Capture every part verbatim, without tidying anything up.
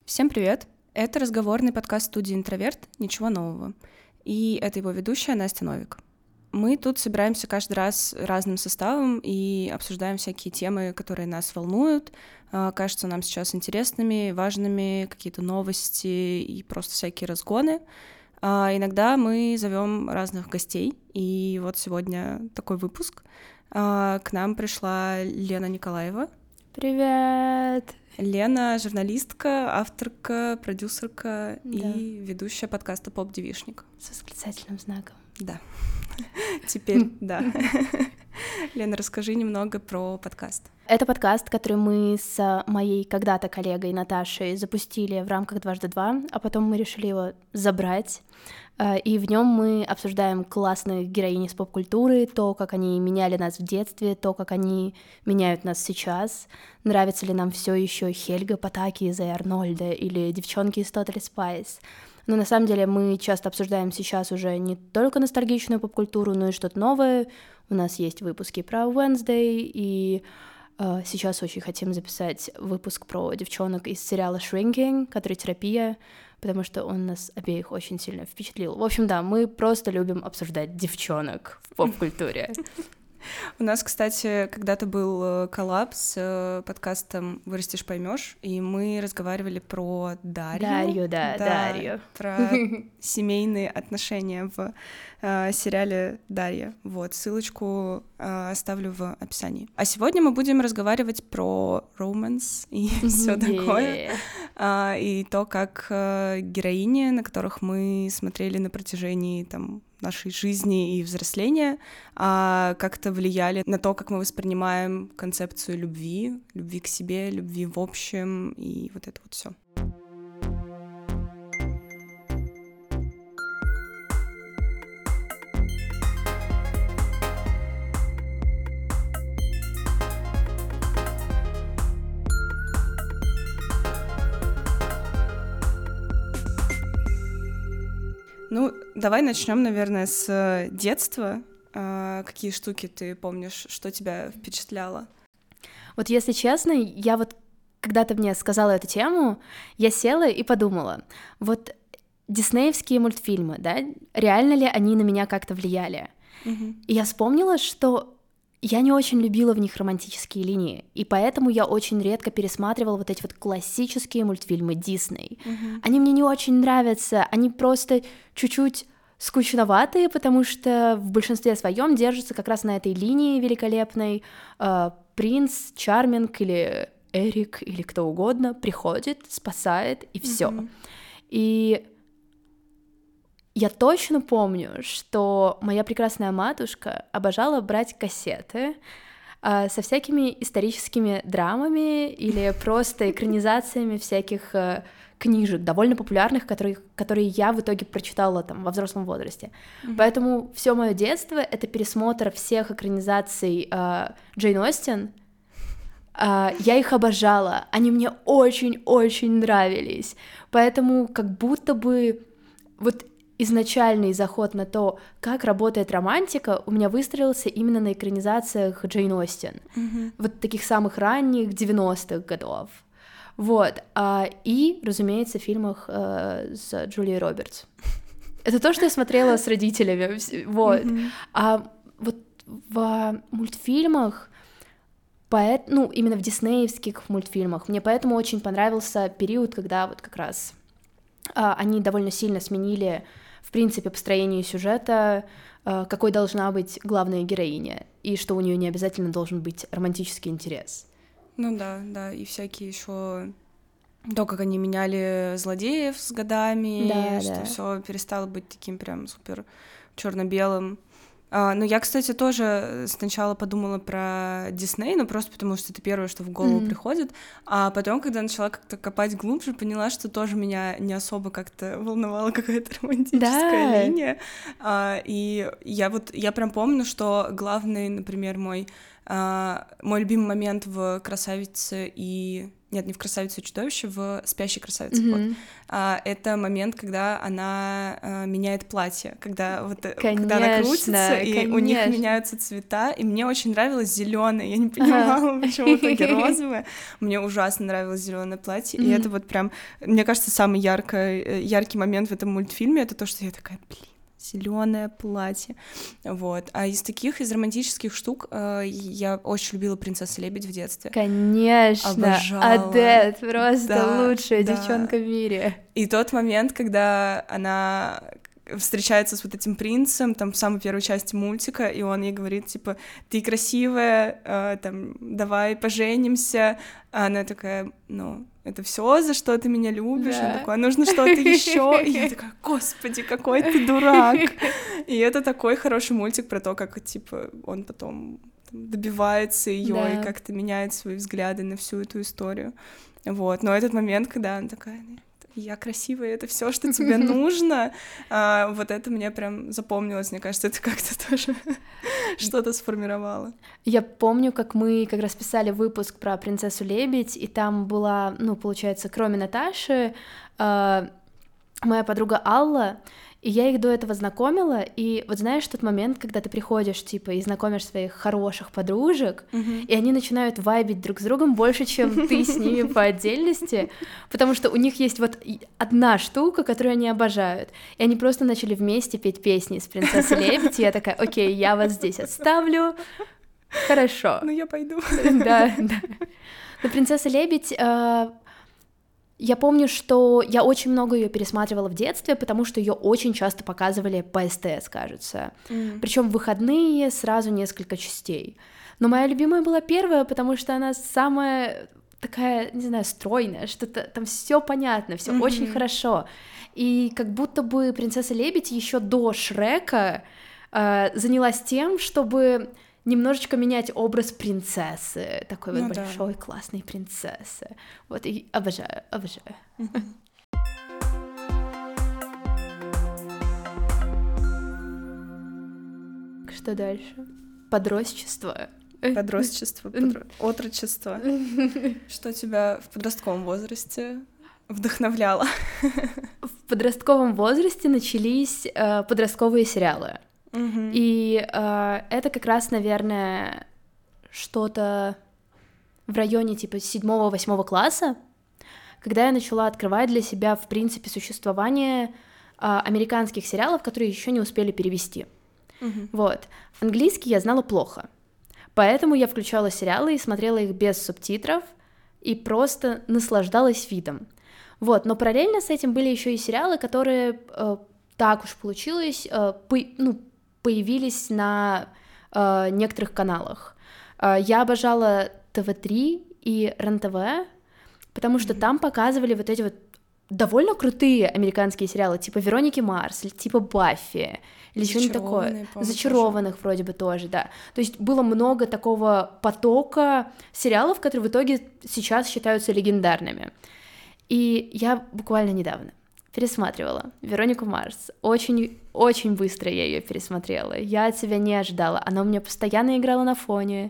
Всем привет! Это разговорный подкаст студии «Интроверт. Ничего нового». И это его ведущая Настя Новик. Мы тут собираемся каждый раз разным составом и обсуждаем всякие темы, которые нас волнуют, кажутся нам сейчас интересными, важными, какие-то новости и просто всякие разгоны. А иногда мы зовем разных гостей, и вот сегодня такой выпуск. А к нам пришла Лена Николаева. Привет! Лена — журналистка, авторка, продюсерка Да. и ведущая подкаста «Поп-девишник». С восклицательным знаком. Да. Теперь да. Лена, расскажи немного про подкаст. Это подкаст, который мы с моей когда-то коллегой Наташей запустили в рамках «Дважды два», а потом мы решили его забрать. И в нем мы обсуждаем классных героинь из поп-культуры, то, как они меняли нас в детстве, то, как они меняют нас сейчас. Нравится ли нам все еще Хельга Патаки из «Эй Арнольда» или девчонки из Totally Spice. Но на самом деле мы часто обсуждаем сейчас уже не только ностальгичную поп-культуру, но и что-то новое. У нас есть выпуски про Wednesday, и э, сейчас очень хотим записать выпуск про девчонок из сериала Shrinking, который терапия, потому что он нас обеих очень сильно впечатлил. В общем, да, мы просто любим обсуждать девчонок в поп-культуре. У нас, кстати, когда-то был коллаб с подкастом «Вырастешь, поймешь», и мы разговаривали про Дарью. Дарью, да, да Дарью. Про семейные отношения в э, сериале «Дарья». Вот, ссылочку э, оставлю в описании. А сегодня мы будем разговаривать про романс и все такое. А, и то, как э, героини, на которых мы смотрели на протяжении там нашей жизни и взросления, а как-то влияли на то, как мы воспринимаем концепцию любви, любви к себе, любви в общем, и вот это вот все. Ну, давай начнем, наверное, с детства. А, какие штуки ты помнишь, что тебя впечатляло? Вот если честно, я вот, когда ты мне сказала эту тему, я села и подумала, вот диснеевские мультфильмы, да, реально ли они на меня как-то влияли? Угу. И я вспомнила, что я не очень любила в них романтические линии, и поэтому я очень редко пересматривала вот эти вот классические мультфильмы Дисней. Угу. Они мне не очень нравятся, они просто чуть-чуть скучноватые, потому что в большинстве своем держатся как раз на этой линии великолепной. Э, принц, Чарминг или Эрик или кто угодно приходит, спасает, и все. Угу. И я точно помню, что моя прекрасная матушка обожала брать кассеты э, со всякими историческими драмами или просто экранизациями всяких э, книжек, довольно популярных, которые, которые я в итоге прочитала там во взрослом возрасте. Mm-hmm. Поэтому все мое детство — это пересмотр всех экранизаций э, Джейн Остин. Uh, я их обожала, они мне очень-очень нравились. Поэтому как будто бы вот изначальный заход на то, как работает романтика, у меня выстроился именно на экранизациях Джейн Остин. Mm-hmm. Вот таких самых ранних девяностых годов. Вот. А, и, разумеется, в фильмах э, с Джулией Робертс. Это то, что я смотрела с родителями. Вот. Mm-hmm. А вот в мультфильмах, поэт... ну, именно в диснеевских мультфильмах, мне поэтому очень понравился период, когда вот как раз а, они довольно сильно сменили, в принципе, построение сюжета, а, какой должна быть главная героиня, и что у нее не обязательно должен быть романтический интерес. Ну да, да, и всякие еще то, как они меняли злодеев с годами, да, что да. все перестало быть таким прям супер черно-белым. А, ну, я, кстати, тоже сначала подумала про Дисней, ну, просто потому что это первое, что в голову mm-hmm. приходит, а потом, когда начала как-то копать глубже, поняла, что тоже меня не особо как-то волновала какая-то романтическая да. линия, а, и я вот, я прям помню, что главный, например, мой А, мой любимый момент в «Красавице» и... Нет, не в «Красавице и чудовище», в «Спящей красавице». Mm-hmm. Вот. А, это момент, когда она а, меняет платье, когда, вот, когда она крутится, и конечно. У них меняются цвета, и мне очень нравилось зеленое. Я не понимала, почему в итоге розовое. Мне ужасно нравилось зеленое платье, mm-hmm. и это вот прям, мне кажется, самый яркий, яркий момент в этом мультфильме — это то, что я такая, блин, зеленое платье, вот. А из таких, из романтических штук э, я очень любила «Принцессу Лебедь» в детстве. Конечно, обожала. Адет просто да, лучшая да. девчонка в мире. И тот момент, когда она встречается с вот этим принцем, там, в самой первой части мультика, и он ей говорит, типа, ты красивая, э, там, давай поженимся, а она такая, ну... это все, за что ты меня любишь, да. Он такой, а нужно что-то еще, и я такая, господи, какой ты дурак, и это такой хороший мультик про то, как, типа, он потом там, добивается ее да. и как-то меняет свои взгляды на всю эту историю, вот, но этот момент, когда она такая, я красивая, это все, что тебе нужно, а, вот это мне прям запомнилось, мне кажется, это как-то тоже что-то сформировало. Я помню, как мы как раз писали выпуск про «Принцессу Лебедь», и там была, ну, получается, кроме Наташи, э, моя подруга Алла, и я их до этого знакомила, и вот знаешь тот момент, когда ты приходишь, типа, и знакомишь своих хороших подружек, mm-hmm. и они начинают вайбить друг с другом больше, чем ты с ними по отдельности, потому что у них есть вот одна штука, которую они обожают, и они просто начали вместе петь песни с «Принцессой Лебедь», и я такая, окей, я вас здесь оставлю, хорошо. Ну, я пойду. Да, да. Но «Принцесса Лебедь», э, я помню, что я очень много ее пересматривала в детстве, потому что ее очень часто показывали по СТС, кажется. Mm. Причем в выходные сразу несколько частей. Но моя любимая была первая, потому что она самая такая, не знаю, стройная, что-то там все понятно, все mm-hmm. очень хорошо. И как будто бы «Принцесса Лебедь» еще до Шрека э, занялась тем, чтобы немножечко менять образ принцессы, такой ну вот да. большой, классной принцессы. Вот, и обожаю, обожаю. Mm-hmm. Что дальше? Подростчество. Подростчество, подро... отрочество. Что тебя в подростковом возрасте вдохновляло? В подростковом возрасте начались э, подростковые сериалы. Mm-hmm. И э, это как раз, наверное, что-то в районе типа седьмого-восьмого класса, когда я начала открывать для себя, в принципе, существование э, американских сериалов, которые еще не успели перевести. Mm-hmm. Вот. Английский я знала плохо, поэтому я включала сериалы и смотрела их без субтитров и просто наслаждалась видом. Вот. Но параллельно с этим были еще и сериалы, которые э, так уж получилось, э, по, ну, появились на э, некоторых каналах. Э, я обожала тэ вэ три и РЕН тэ вэ, потому что mm-hmm. там показывали вот эти вот довольно крутые американские сериалы, типа «Вероники Марс», типа «Баффи», или что-нибудь такое. «Зачарованных» тоже. Вроде бы тоже, да. То есть было много такого потока сериалов, которые в итоге сейчас считаются легендарными. И я буквально недавно пересматривала «Веронику Марс». Очень, очень быстро я ее пересмотрела. Я от себя не ожидала. Она у меня постоянно играла на фоне.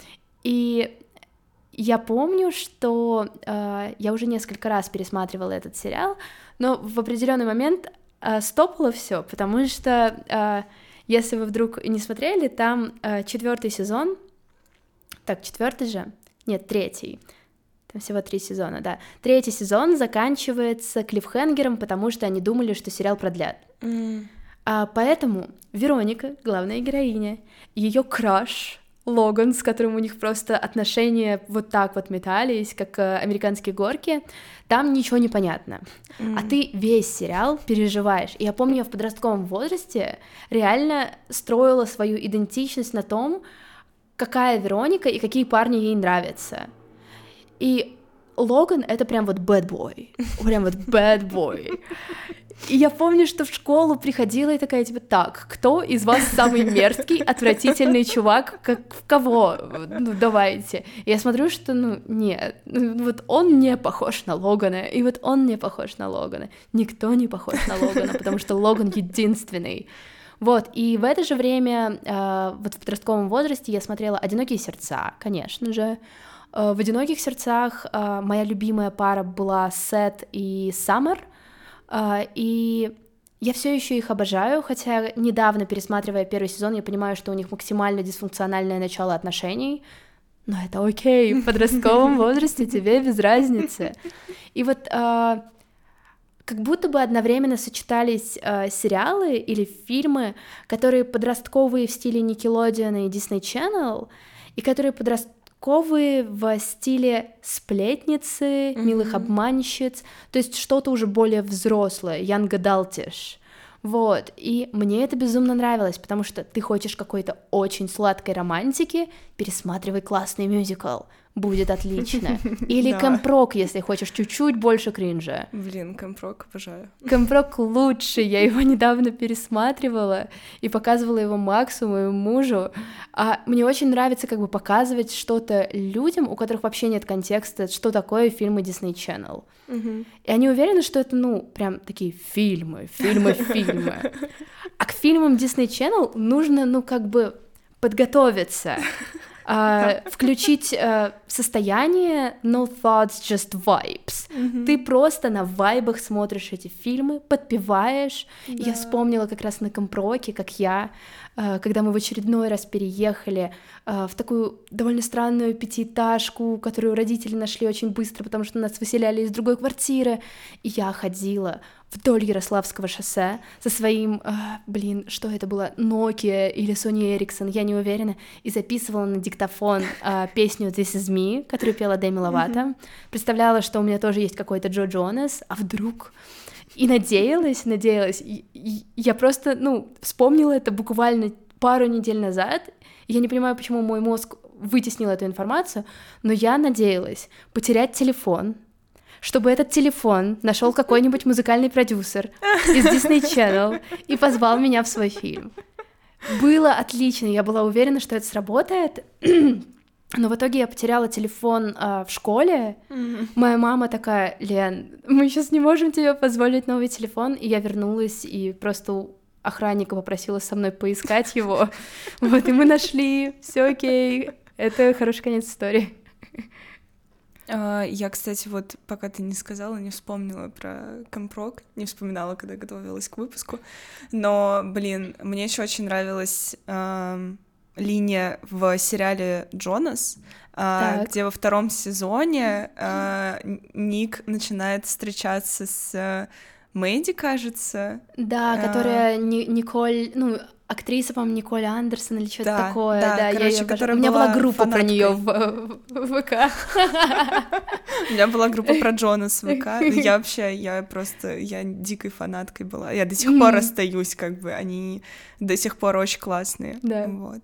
И я помню, что э, я уже несколько раз пересматривала этот сериал, но в определенный момент э, стопало все, потому что, э, если вы вдруг не смотрели, там э, четвертый сезон, так, четвертый же? Нет, третий. Там всего три сезона, да. Третий сезон заканчивается клиффхенгером, потому что они думали, что сериал продлят. Mm. А поэтому Вероника, главная героиня, ее краш Логан, с которым у них просто отношения вот так вот метались, как э, американские горки, там ничего не понятно. Mm. А ты весь сериал переживаешь. И я помню, я в подростковом возрасте реально строила свою идентичность на том, какая Вероника и какие парни ей нравятся. И Логан — это прям вот bad boy, прям вот bad boy. И я помню, что в школу приходила и такая, типа, так, кто из вас самый мерзкий, отвратительный чувак, как в кого? Ну, давайте. И я смотрю, что, ну, нет, вот он не похож на Логана, и вот он не похож на Логана. Никто не похож на Логана, потому что Логан единственный. Вот, и в это же время, э, вот в подростковом возрасте я смотрела «Одинокие сердца», конечно же. Э, в «Одиноких сердцах» э, моя любимая пара была Сет и Саммер, э, и я все еще их обожаю, хотя недавно, пересматривая первый сезон, я понимаю, что у них максимально дисфункциональное начало отношений, но это окей, в подростковом возрасте тебе без разницы. И вот э, как будто бы одновременно сочетались э, сериалы или фильмы, которые подростковые в стиле Nickelodeon и Disney Channel, и которые подростковые в стиле сплетницы, mm-hmm. милых обманщиц, то есть что-то уже более взрослое, young adult-ish. Вот, и мне это безумно нравилось, потому что ты хочешь какой-то очень сладкой романтики, пересматривай классный мюзикл, будет отлично. Или Да. Компрок, если хочешь чуть-чуть больше кринжа. Блин, Компрок обожаю. Компрок лучше, я его недавно пересматривала и показывала его Максу, моему мужу, а мне очень нравится как бы показывать что-то людям, у которых вообще нет контекста, что такое фильмы Disney Channel. Угу. И они уверены, что это, ну, прям такие фильмы, фильмы, фильмы. А к фильмам Disney Channel нужно, ну, как бы подготовиться, Uh, включить uh, состояние no thoughts, just vibes. Mm-hmm. Ты просто на вайбах смотришь эти фильмы, подпеваешь. Да. Я вспомнила как раз на Компроке, как я, uh, когда мы в очередной раз переехали uh, в такую довольно странную пятиэтажку, которую родители нашли очень быстро, потому что нас выселяли из другой квартиры, и я ходила вдоль Ярославского шоссе со своим, э, блин, что это было, Nokia или Sony Ericsson, я не уверена, и записывала на диктофон э, песню This Is Me, которую пела Дэми Ловато, mm-hmm. представляла, что у меня тоже есть какой-то Джо Джонас, а вдруг... И надеялась, надеялась, и, и я просто, ну, вспомнила это буквально пару недель назад, и я не понимаю, почему мой мозг вытеснил эту информацию, но я надеялась потерять телефон, чтобы этот телефон нашел какой-нибудь музыкальный продюсер из Disney Channel и позвал меня в свой фильм. Было отлично, я была уверена, что это сработает, но в итоге я потеряла телефон э, в школе. Mm-hmm. Моя мама такая: Лен, мы сейчас не можем тебе позволить новый телефон, и я вернулась и просто у охранника попросила со мной поискать его. Вот, и мы нашли, все окей, это хороший конец истории. Я, кстати, вот пока ты не сказала, не вспомнила про Компрок, не вспоминала, когда готовилась к выпуску, но, блин, мне еще очень нравилась э, линия в сериале «Джонас», э, где во втором сезоне э, Ник начинает встречаться с Мэдди, кажется. Да, которая а... Николь, ну... Актриса, по-моему, Николь Андерсон или что-то да, такое. Да, да, короче, я которая У меня была была группа фанаткой. Про нее в, в ВК. У меня была группа про Джонас в ВК. Я вообще, я просто, я дикой фанаткой была. Я до сих пор остаюсь, как бы, они до сих пор очень классные. Да. Вот.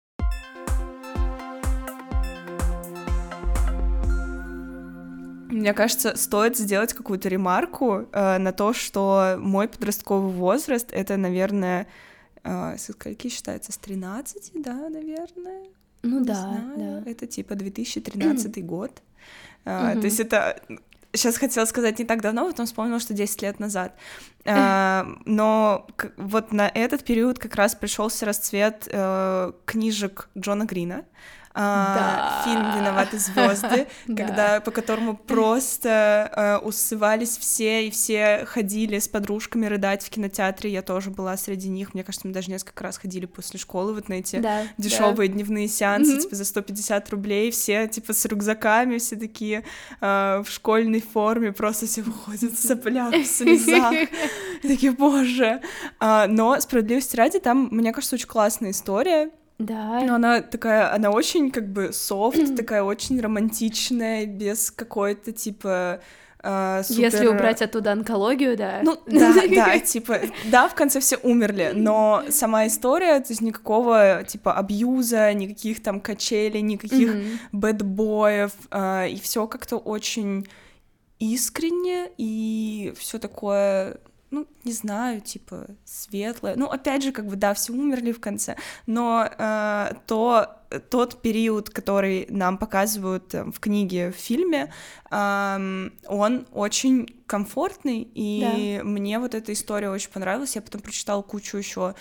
Мне кажется, стоит сделать какую-то ремарку э, на то, что мой подростковый возраст — это, наверное, э, со скольки считается? С тринадцати, да, наверное? Ну Не да, знаю. да. Это типа две тысячи тринадцатый год. Uh, то есть это... Сейчас хотела сказать не так давно, потом вспомнила, что десять лет назад. Uh, но к- вот на этот период как раз пришелся расцвет uh, книжек Джона Грина. Uh, Да. Фильм «Виноваты звезды», когда, по которому просто uh, усывались все, и все ходили с подружками рыдать в кинотеатре. Я тоже была среди них. Мне кажется, мы даже несколько раз ходили после школы вот на эти Да, дешевые да. дневные сеансы, Мгм. типа за сто пятьдесят рублей, все типа с рюкзаками, все такие uh, в школьной форме, просто все выходят в соплях, в слезах. И такие, боже. Uh, но, справедливости ради, там, мне кажется, очень классная история. Да. Но она такая, она очень как бы софт, такая очень романтичная, без какой-то типа э, супер... Если убрать оттуда онкологию, да. Ну да, да, типа, да, в конце все умерли, но сама история, то есть никакого типа абьюза, никаких там качелей, никаких Мгм. бэдбоев, э, и все как-то очень искренне, и все такое ну, не знаю, типа, светлое. Ну, опять же, как бы, да, все умерли в конце, но э, то, тот период, который нам показывают там, в книге, в фильме, э, он очень комфортный, и да. Мне вот эта история очень понравилась. Я потом прочитала кучу еще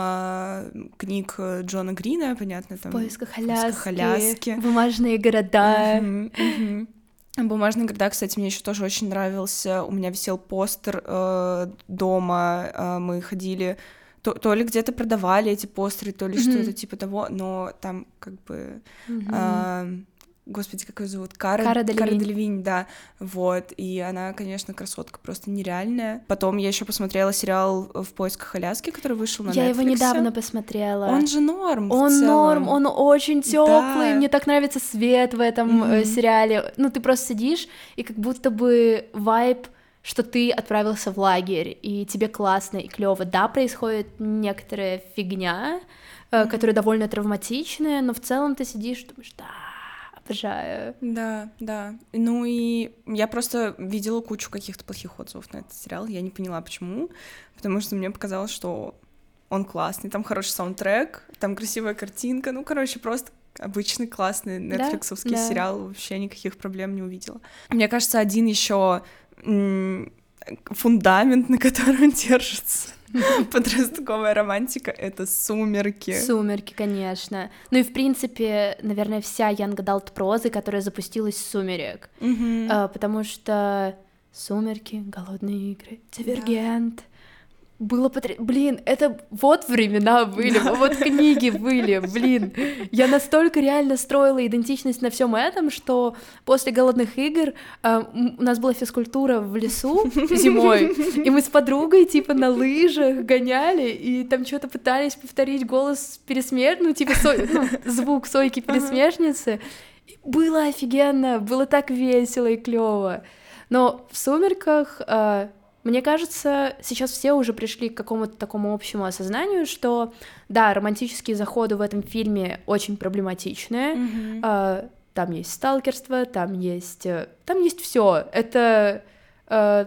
э, книг Джона Грина, понятно, там... В поисках Аляски, Аляски. Бумажные города. Uh-huh, uh-huh. «Бумажные города», кстати, мне еще тоже очень нравился. У меня висел постер э, дома. Э, мы ходили... То, то ли где-то продавали эти постеры, то ли mm-hmm. что-то типа того, но там как бы... Mm-hmm. Э, Господи, как ее зовут? Кара, Кара Делевинь, да, вот, и она, конечно, красотка просто нереальная. Потом я еще посмотрела сериал «В поисках Аляски», который вышел на Netflix. Я его недавно посмотрела. Он же норм. Он норм, он очень теплый. Да. Мне так нравится свет в этом mm-hmm. сериале. Ну, ты просто сидишь, и как будто бы вайб, что ты отправился в лагерь, и тебе классно и клево. Да, происходит некоторая фигня, mm-hmm. которая довольно травматичная, но в целом ты сидишь и думаешь, да. Обожаю. Да, да. Ну и я просто видела кучу каких-то плохих отзывов на этот сериал. Я не поняла, почему. Потому что мне показалось, что он классный. Там хороший саундтрек, там красивая картинка. Ну, короче, просто обычный классный нетфликсовский да, сериал. да. Вообще никаких проблем не увидела. Мне кажется, один еще м- фундамент, на котором держится подростковая романтика — это «Сумерки». «Сумерки», конечно. Ну и, в принципе, наверное, вся young adult проза, которая запустилась с «Сумерек». Mm-hmm. А, потому что «Сумерки», «Голодные игры», «Дивергент». Да. Было потр... Блин, это вот времена были, вот книги были, блин. Я настолько реально строила идентичность на всем этом, что после «Голодных игр» э, у нас была физкультура в лесу зимой, и мы с подругой типа на лыжах гоняли, и там что-то пытались повторить голос пересмешницы, ну типа со... ну, звук сойки пересмешницы. Было офигенно, было так весело и клево. Но в «Сумерках» э, мне кажется, сейчас все уже пришли к какому-то такому общему осознанию, что, да, романтические заходы в этом фильме очень проблематичные. Mm-hmm. А, там есть сталкерство, там есть... Там есть все. Это а,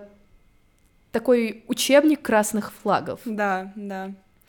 такой учебник красных флагов. Да, да.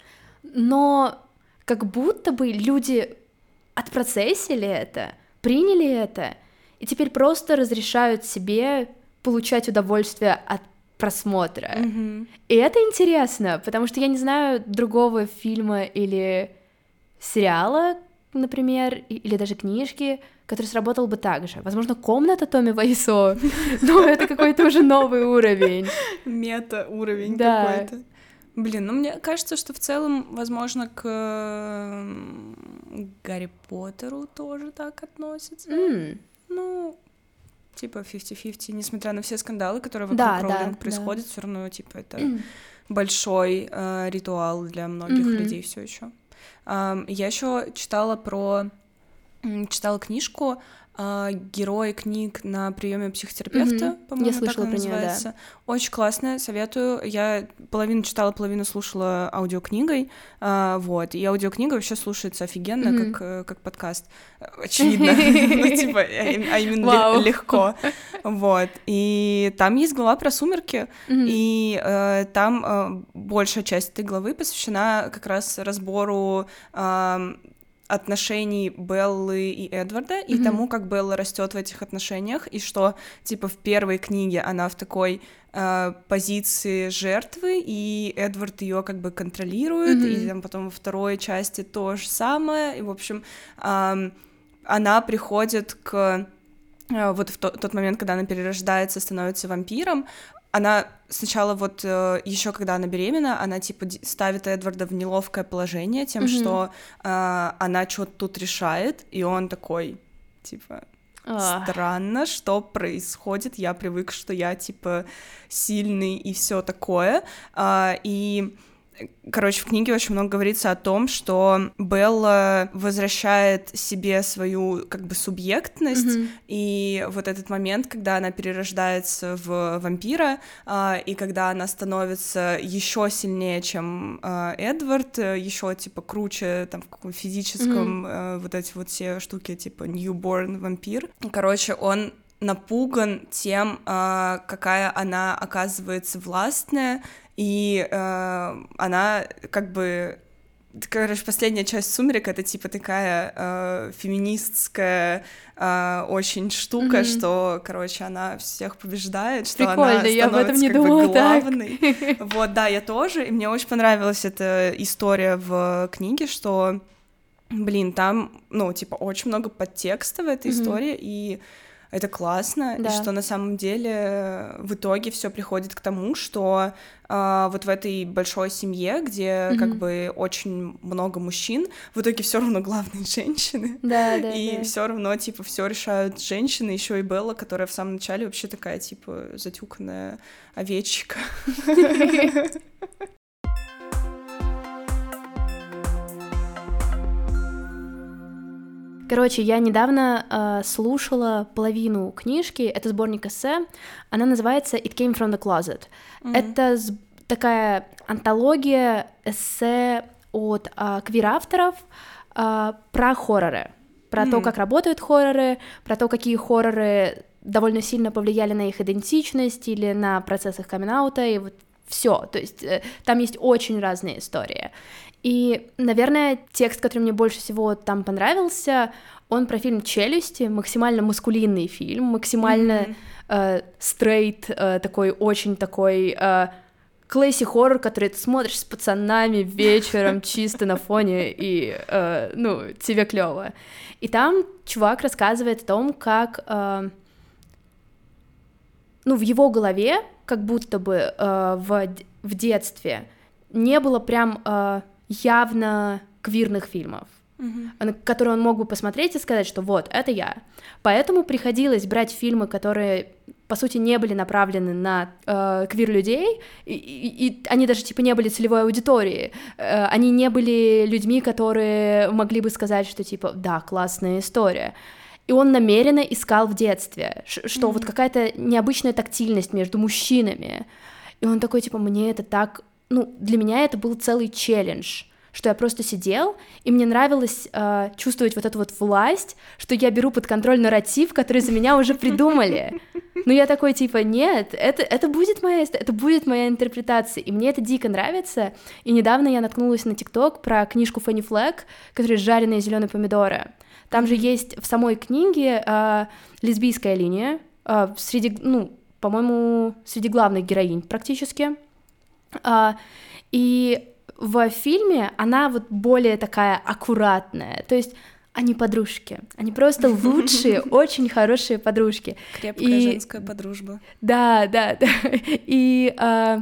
Но как будто бы люди отпроцессили это, приняли это, и теперь просто разрешают себе получать удовольствие от просмотра. Mm-hmm. И это интересно, потому что я не знаю другого фильма или сериала, например, или даже книжки, который сработал бы так же. Возможно, «Комната» Томми Вайсо, но это какой-то уже новый уровень. Мета-уровень какой-то. Блин, ну мне кажется, что в целом, возможно, к Гарри Поттеру тоже так относятся. Ну... типа фифти фифти, несмотря на все скандалы, которые вокруг да, Роулинг да, происходят, да. все равно, типа, это большой э, ритуал для многих mm-hmm. людей все еще. Э, я еще читала про... читала книжку э, «Герои книг на приеме психотерапевта», mm-hmm. по-моему, я слышала так она про называется. Неё, да. Очень классная, советую. Я половину читала, половину слушала аудиокнигой, э, вот, и аудиокнига вообще слушается офигенно, mm-hmm. как, как подкаст. Очевидно, ну, типа, а именно легко. Вот, и там есть глава про «Сумерки», и там большая часть этой главы посвящена как раз разбору отношений Беллы и Эдварда, и mm-hmm. тому, как Белла растет в этих отношениях, и что, типа, в первой книге она в такой э, позиции жертвы, и Эдвард ее как бы контролирует, mm-hmm. и там потом во второй части то же самое, и, в общем, э, она приходит к... Э, вот в то, тот момент, когда она перерождается, становится вампиром, она сначала вот э, еще когда она беременна, она типа ставит Эдварда в неловкое положение тем, mm-hmm. что э, она что-то тут решает, и он такой, типа, oh. странно, что происходит, я привык, что я типа сильный и все такое, э, и короче, в книге очень много говорится о том, что Белла возвращает себе свою, как бы, субъектность, mm-hmm. и вот этот момент, когда она перерождается в вампира, э, и когда она становится еще сильнее, чем э, Эдвард, еще типа круче, там, в каком физическом, mm-hmm. э, вот эти вот все штуки, типа newborn вампир. Короче, он напуган тем, э, какая она оказывается властная, и э, она как бы... Короче, последняя часть «Сумерек» — это типа такая э, феминистская э, очень штука, mm-hmm. что, короче, она всех побеждает, что Прикольно, она я об этом не становится как думала бы главной. Так. Вот, да, я тоже, и мне очень понравилась эта история в книге, что, блин, там, ну, типа, очень много подтекста в этой mm-hmm. истории, и это классно, да. И что на самом деле в итоге все приходит к тому, что э, вот в этой большой семье, где mm-hmm. как бы очень много мужчин, в итоге все равно главные женщины. Да, да, и да. все равно типа все решают женщины, еще и Белла, которая в самом начале вообще такая типа затюканная овечка. Короче, я недавно э, слушала половину книжки, это сборник эссе, она называется «It came from the closet». Mm-hmm. Это с- такая антология эссе от э, квир-авторов э, про хорроры, про mm-hmm. то, как работают хорроры, про то, какие хорроры довольно сильно повлияли на их идентичность или на процесс их камин-аута, и вот все, то есть э, там есть очень разные истории. И, наверное, текст, который мне больше всего там понравился, он про фильм «Челюсти», максимально маскулинный фильм, максимально стрейт, mm-hmm. uh, uh, такой, очень такой класси uh, хоррор, который ты смотришь с пацанами вечером чисто на фоне, и, uh, ну, тебе клево. И там чувак рассказывает о том, как, uh, ну, в его голове, как будто бы uh, в, в детстве не было прям... Uh, явно квирных фильмов, mm-hmm. которые он мог бы посмотреть и сказать, что вот, это я. Поэтому приходилось брать фильмы, которые, по сути, не были направлены на э, квир-людей, и, и, и они даже, типа, не были целевой аудиторией, э, они не были людьми, которые могли бы сказать, что, типа, да, классная история. И он намеренно искал в детстве, что mm-hmm. вот какая-то необычная тактильность между мужчинами. И он такой, типа, мне это так... Ну, для меня это был целый челлендж, что я просто сидел, и мне нравилось э, чувствовать вот эту вот власть, что я беру под контроль нарратив, который за меня уже придумали. Но я такой, типа, нет, это, это, будет моя, это будет моя интерпретация, и мне это дико нравится. И недавно я наткнулась на ТикТок про книжку Фенни Флэг, которая «Жареные зеленые помидоры». Там же есть в самой книге э, лесбийская линия, э, среди, ну, по-моему, среди главных героинь практически. Uh, и в фильме она вот более такая аккуратная, то есть они подружки, они просто лучшие, очень хорошие подружки. Крепкая и... женская подружба. Да, да, да. И uh,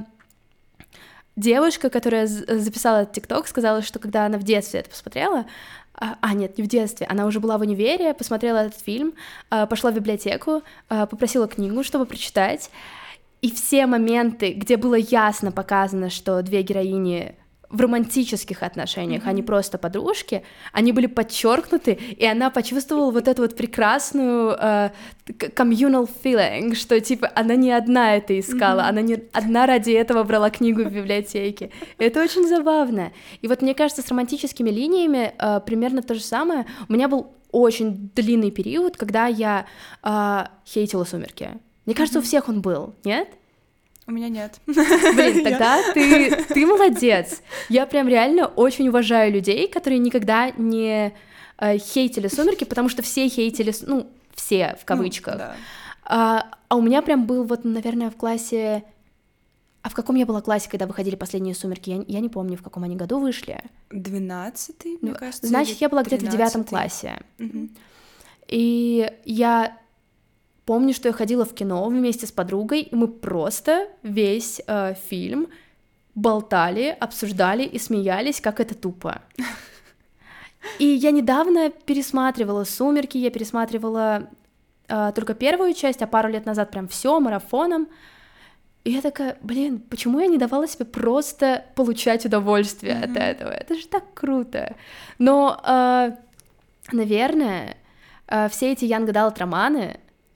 девушка, которая записала этот ТикТок, сказала, что когда она в детстве это посмотрела, а, нет, не в детстве, она уже была в универе, посмотрела этот фильм, пошла в библиотеку, попросила книгу, чтобы прочитать. И все моменты, где было ясно показано, что две героини в романтических отношениях, mm-hmm. они просто подружки, они были подчеркнуты, и она почувствовала вот эту вот прекрасную uh, communal feeling, что типа она не одна это искала, mm-hmm. она не одна ради этого брала книгу в библиотеке. Это очень забавно. И вот мне кажется, с романтическими линиями uh, примерно то же самое. У меня был очень длинный период, когда я uh, хейтила «Сумерки». Мне кажется, mm-hmm. у всех он был, нет? У меня нет. Блин, тогда ты, ты молодец. Я прям реально очень уважаю людей, которые никогда не э, хейтили «Сумерки», потому что все хейтили, ну, все в кавычках. Ну, да. а, а у меня прям был вот, наверное, в классе... А в каком я была классе, когда выходили последние «Сумерки»? Я, я не помню, в каком они году вышли. Двенадцатый, мне кажется. Значит, я была где-то в девятом классе. Mm-hmm. И я... Помню, что я ходила в кино вместе с подругой, и мы просто весь э, фильм болтали, обсуждали и смеялись, как это тупо. И я недавно пересматривала «Сумерки», я пересматривала э, только первую часть, а пару лет назад прям все марафоном. И я такая, блин, почему я не давала себе просто получать удовольствие mm-hmm. от этого? Это же так круто. Но, э, наверное, э, все эти young adult романы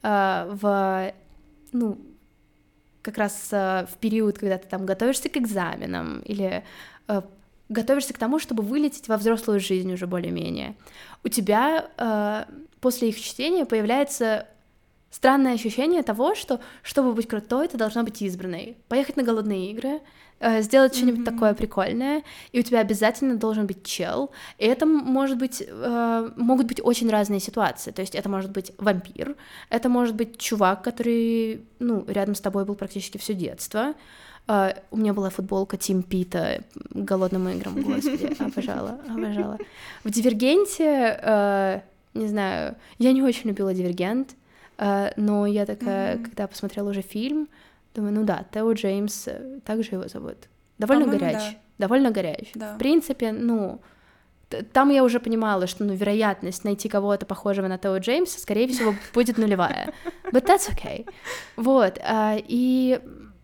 в, ну, как раз в период, когда ты там готовишься к экзаменам или э, готовишься к тому, чтобы вылететь во взрослую жизнь уже более-менее, у тебя э, после их чтения появляется странное ощущение того, что, чтобы быть крутой, ты должна быть избранной. Поехать на голодные игры, э, сделать mm-hmm. что-нибудь такое прикольное, и у тебя обязательно должен быть чел. И это может быть, э, могут быть очень разные ситуации. То есть это может быть вампир, это может быть чувак, который, ну, рядом с тобой был практически все детство. Uh, у меня была футболка Тим Пита голодным играм, господи, обожала, обожала. В «Дивергенте», uh, не знаю, я не очень любила «Дивергент», uh, но я такая, mm-hmm. когда посмотрела уже фильм, думаю, ну да, Тео Джеймс, так же его зовут, довольно По-моему, горяч, да. довольно горяч. Да. В принципе, ну, т- там я уже понимала, что, ну, вероятность найти кого-то похожего на Тео Джеймса, скорее всего, будет нулевая. But that's okay. Вот, uh, и...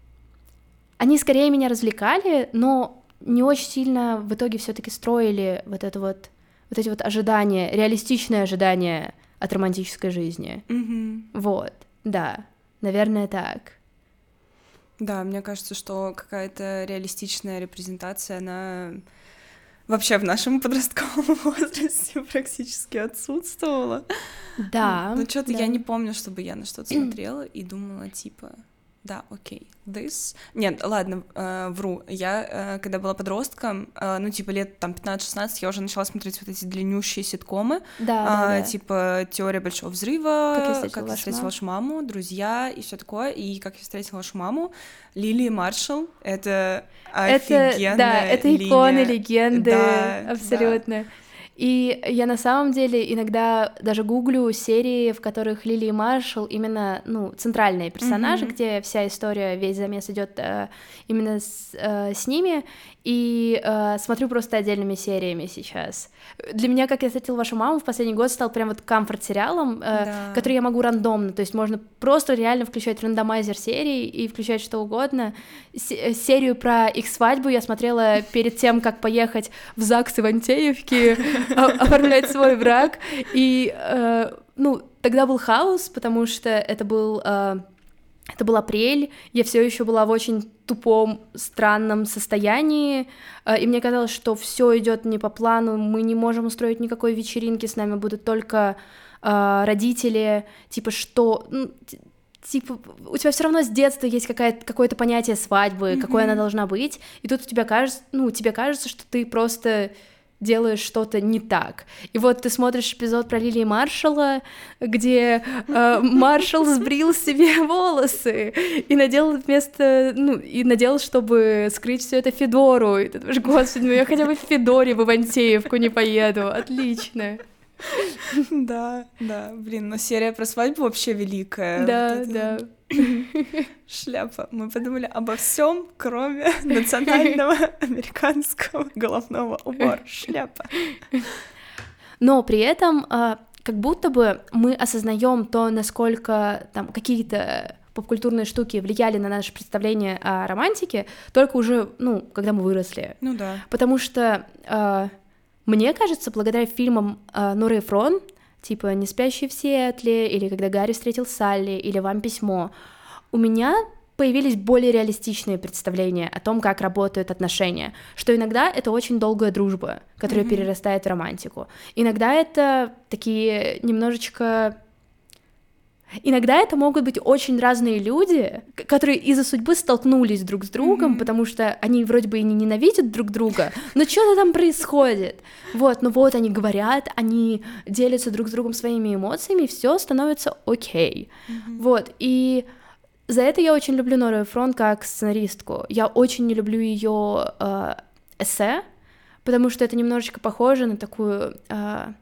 Они скорее меня развлекали, но не очень сильно в итоге все-таки строили вот это вот, вот эти вот ожидания, реалистичные ожидания от романтической жизни. Mm-hmm. Вот, да, наверное, так. Да, мне кажется, что какая-то реалистичная репрезентация, она вообще в нашем подростковом возрасте практически отсутствовала. Да. Ну, что-то да. я не помню, чтобы я на что-то смотрела и думала, типа... Да, окей, okay. This... Нет, ладно, э, вру. Я, э, когда была подростком, э, ну, типа, лет там пятнадцать-шестнадцать, я уже начала смотреть вот эти длиннющие ситкомы, да, э, да, да. типа «Теория большого взрыва», «Как я встретила, «Как я вашу, встретила маму. вашу маму», «Друзья» и все такое, и «Как я встретила вашу маму». Лили Маршалл — это офигенная это, да, это иконы, линия. легенды, Да, абсолютно. Да. И я на самом деле иногда даже гуглю серии, в которых Лили Маршалл именно, ну, центральные персонажи, mm-hmm. где вся история, весь замес идет э, именно с, э, с ними, и э, смотрю просто отдельными сериями сейчас. Для меня «Как я встретила вашу маму» в последний год стал прям вот комфорт-сериалом, э, да. который я могу рандомно, то есть можно просто реально включать рандомайзер серий и включать что угодно. С- серию про их свадьбу я смотрела перед тем, как поехать в ЗАГС Ивантеевки, оформлять свой брак, и, э, ну, тогда был хаос, потому что это был, э, это был апрель, я все еще была в очень тупом, странном состоянии, э, и мне казалось, что все идет не по плану, мы не можем устроить никакой вечеринки, с нами будут только э, родители, типа, что... Ну, типа, у тебя все равно с детства есть какая-то, какое-то понятие свадьбы, mm-hmm. какой она должна быть, и тут у тебя кажется, ну, тебе кажется, что ты просто... делаешь что-то не так. И вот ты смотришь эпизод про Лили Маршалла, где э, Маршалл сбрил себе волосы и надел вместо... Ну, и надел, чтобы скрыть все это, федору. И ты думаешь, господи, ну я хотя бы в федоре в Ивантеевку не поеду. Отлично. Да, да, блин, но серия про свадьбу вообще великая. Да, вот да. Шляпа. Мы подумали обо всем, кроме национального американского головного убора. Шляпа. Но при этом как будто бы мы осознаем то, насколько там какие-то поп-культурные штуки влияли на наше представление о романтике, только уже, ну, когда мы выросли. Ну да. Потому что э, мне кажется, благодаря фильмам э, Норы Эфрон, типа «Не спящие в Сиэтле», или «Когда Гарри встретил Салли», или «Вам письмо», у меня появились более реалистичные представления о том, как работают отношения, что иногда это очень долгая дружба, которая mm-hmm. перерастает в романтику. Иногда это такие немножечко... Иногда это могут быть очень разные люди, которые из-за судьбы столкнулись друг с другом, mm-hmm. потому что они вроде бы и не ненавидят друг друга, но что-то там происходит. Вот, ну вот они говорят, они делятся друг с другом своими эмоциями, и все становится окей. Mm-hmm. Вот, и за это я очень люблю Нору Эфрон как сценаристку. Я очень не люблю ее э, эссе, потому что это немножечко похоже на такую... Э,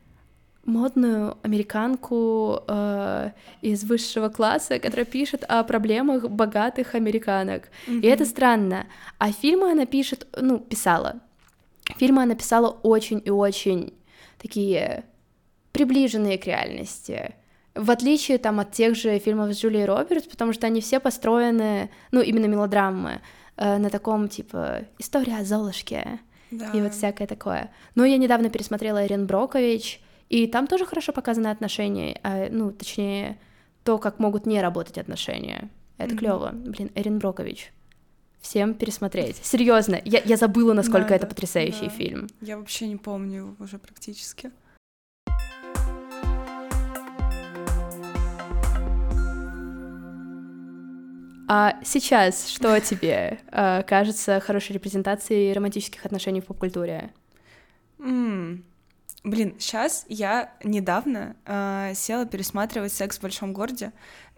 модную американку э, из высшего класса, которая пишет о проблемах богатых американок. Mm-hmm. И это странно. А фильмы она пишет, ну, писала. Фильмы она писала очень и очень такие приближенные к реальности. В отличие там от тех же фильмов с Джулией Робертс, потому что они все построены, ну, именно мелодрамы, э, на таком, типа, история о Золушке. Да. И вот всякое такое. Но я недавно пересмотрела Эрин Брокович, и там тоже хорошо показаны отношения, а, ну, точнее, то, как могут не работать отношения. Это mm-hmm. клево. Блин, Эрин Брокович. Всем пересмотреть. Серьезно, я, я забыла, насколько Надо, это потрясающий да. фильм. Я вообще не помню его уже практически. А сейчас что тебе э, кажется хорошей репрезентацией романтических отношений в поп-культуре? Mm. Блин, сейчас я недавно э, села пересматривать «Секс в большом городе»,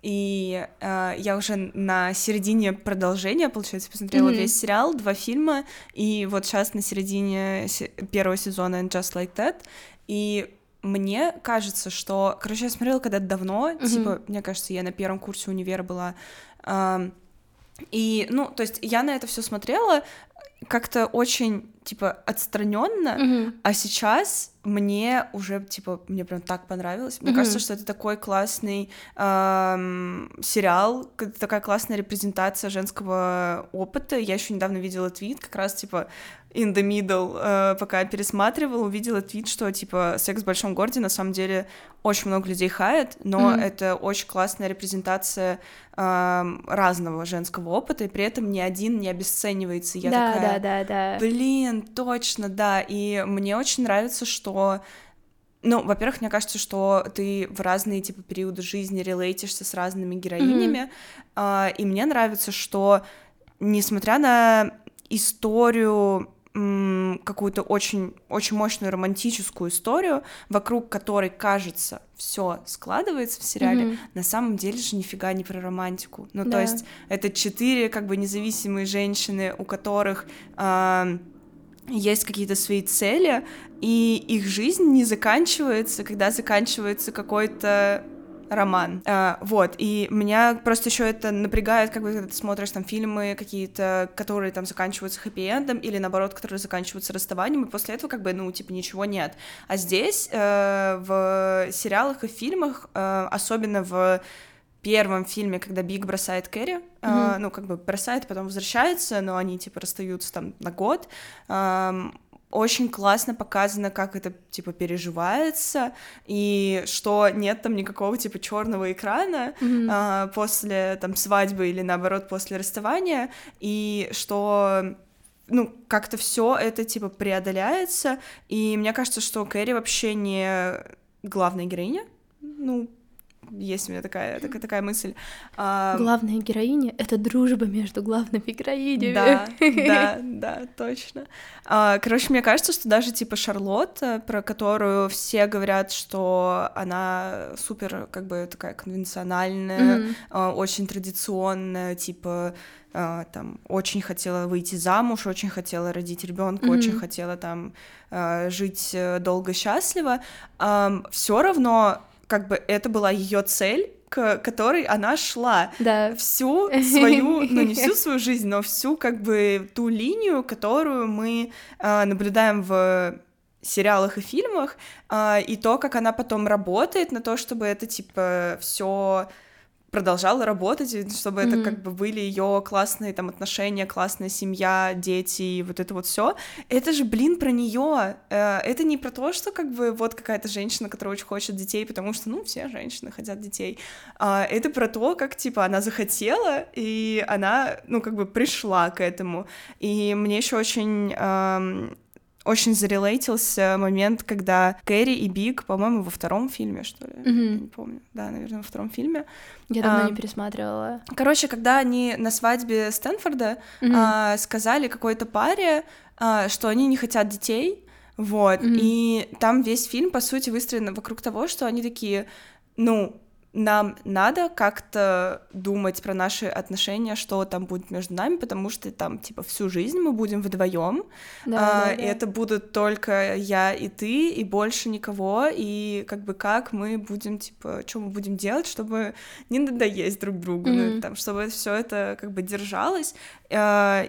и э, я уже на середине продолжения, получается, посмотрела mm-hmm. весь сериал, два фильма, и вот сейчас на середине се- первого сезона «And Just Like That», и мне кажется, что... Короче, я смотрела когда-то давно, mm-hmm. типа, мне кажется, я на первом курсе универа была, э, и, ну, то есть я на это все смотрела как-то очень, типа, отстраненно, mm-hmm. а сейчас мне уже, типа, мне прям так понравилось. Мне mm-hmm. кажется, что это такой классный эм, сериал, такая классная репрезентация женского опыта. Я еще недавно видела твит, как раз, типа, in the middle, э, пока я пересматривала, увидела твит, что, типа, «Секс в большом городе» на самом деле очень много людей хает, но mm-hmm. это очень классная репрезентация э, разного женского опыта, и при этом ни один не обесценивается. Я да, такая, да, да, да. блин, точно, да, и мне очень нравится, что... Ну, во-первых, мне кажется, что ты в разные, типа, периоды жизни релейтишься с разными героинями, mm-hmm. э, и мне нравится, что, несмотря на историю, м- какую-то очень, очень мощную романтическую историю, вокруг которой, кажется, все складывается в сериале, mm-hmm. на самом деле же нифига не про романтику. Ну, да. То есть это четыре, как бы, независимые женщины, у которых... Э- есть какие-то свои цели, и их жизнь не заканчивается, когда заканчивается какой-то роман. А, вот, и меня просто еще это напрягает, как бы, когда ты смотришь там фильмы какие-то, которые там заканчиваются хэппи-эндом, или наоборот, которые заканчиваются расставанием, и после этого как бы, ну, типа, ничего нет. А здесь э, в сериалах и фильмах, э, особенно в первом фильме, когда Биг бросает Кэрри, mm-hmm. э, ну, как бы бросает, потом возвращается, но они, типа, расстаются там на год, э, очень классно показано, как это, типа, переживается, и что нет там никакого, типа, черного экрана mm-hmm. э, после, там, свадьбы или, наоборот, после расставания, и что... ну, как-то все это, типа, преодоляется, и мне кажется, что Кэрри вообще не главная героиня, ну, есть у меня такая, такая, такая мысль. Главная героиня — это дружба между главными героинями. Да, да, да, точно. Короче, мне кажется, что даже, типа, Шарлотта, про которую все говорят, что она супер, как бы, такая конвенциональная, mm-hmm. очень традиционная, типа, там, очень хотела выйти замуж, очень хотела родить ребенка, mm-hmm. очень хотела, там, жить долго-счастливо, все равно как бы это была ее цель, к которой она шла да. всю свою, ну не всю свою жизнь, но всю как бы ту линию, которую мы э, наблюдаем в сериалах и фильмах, э, и то, как она потом работает на то, чтобы это типа все продолжала работать, чтобы mm-hmm. это как бы были ее классные там отношения, классная семья, дети и вот это вот все. Это же, блин, про нее. Это не про то, что как бы вот какая-то женщина, которая очень хочет детей, потому что, ну, все женщины хотят детей. Это про то, как, типа, она захотела, и она, ну, как бы пришла к этому. И мне еще очень... Эм, очень зарелейтился момент, когда Кэрри и Биг, по-моему, во втором фильме, что ли, mm-hmm. я не помню, да, наверное, во втором фильме. Я давно а, не пересматривала. Короче, когда они на свадьбе Стэнфорда mm-hmm. а, сказали какой-то паре, а, что они не хотят детей, вот, mm-hmm. и там весь фильм, по сути, выстроен вокруг того, что они такие, ну, нам надо как-то думать про наши отношения, что там будет между нами, потому что там, типа, всю жизнь мы будем вдвоем, да, а, да, и да. это будут только я и ты, и больше никого, и как бы как мы будем, типа, что мы будем делать, чтобы не надоесть друг другу, mm-hmm. ну, там, чтобы все это как бы держалось, а,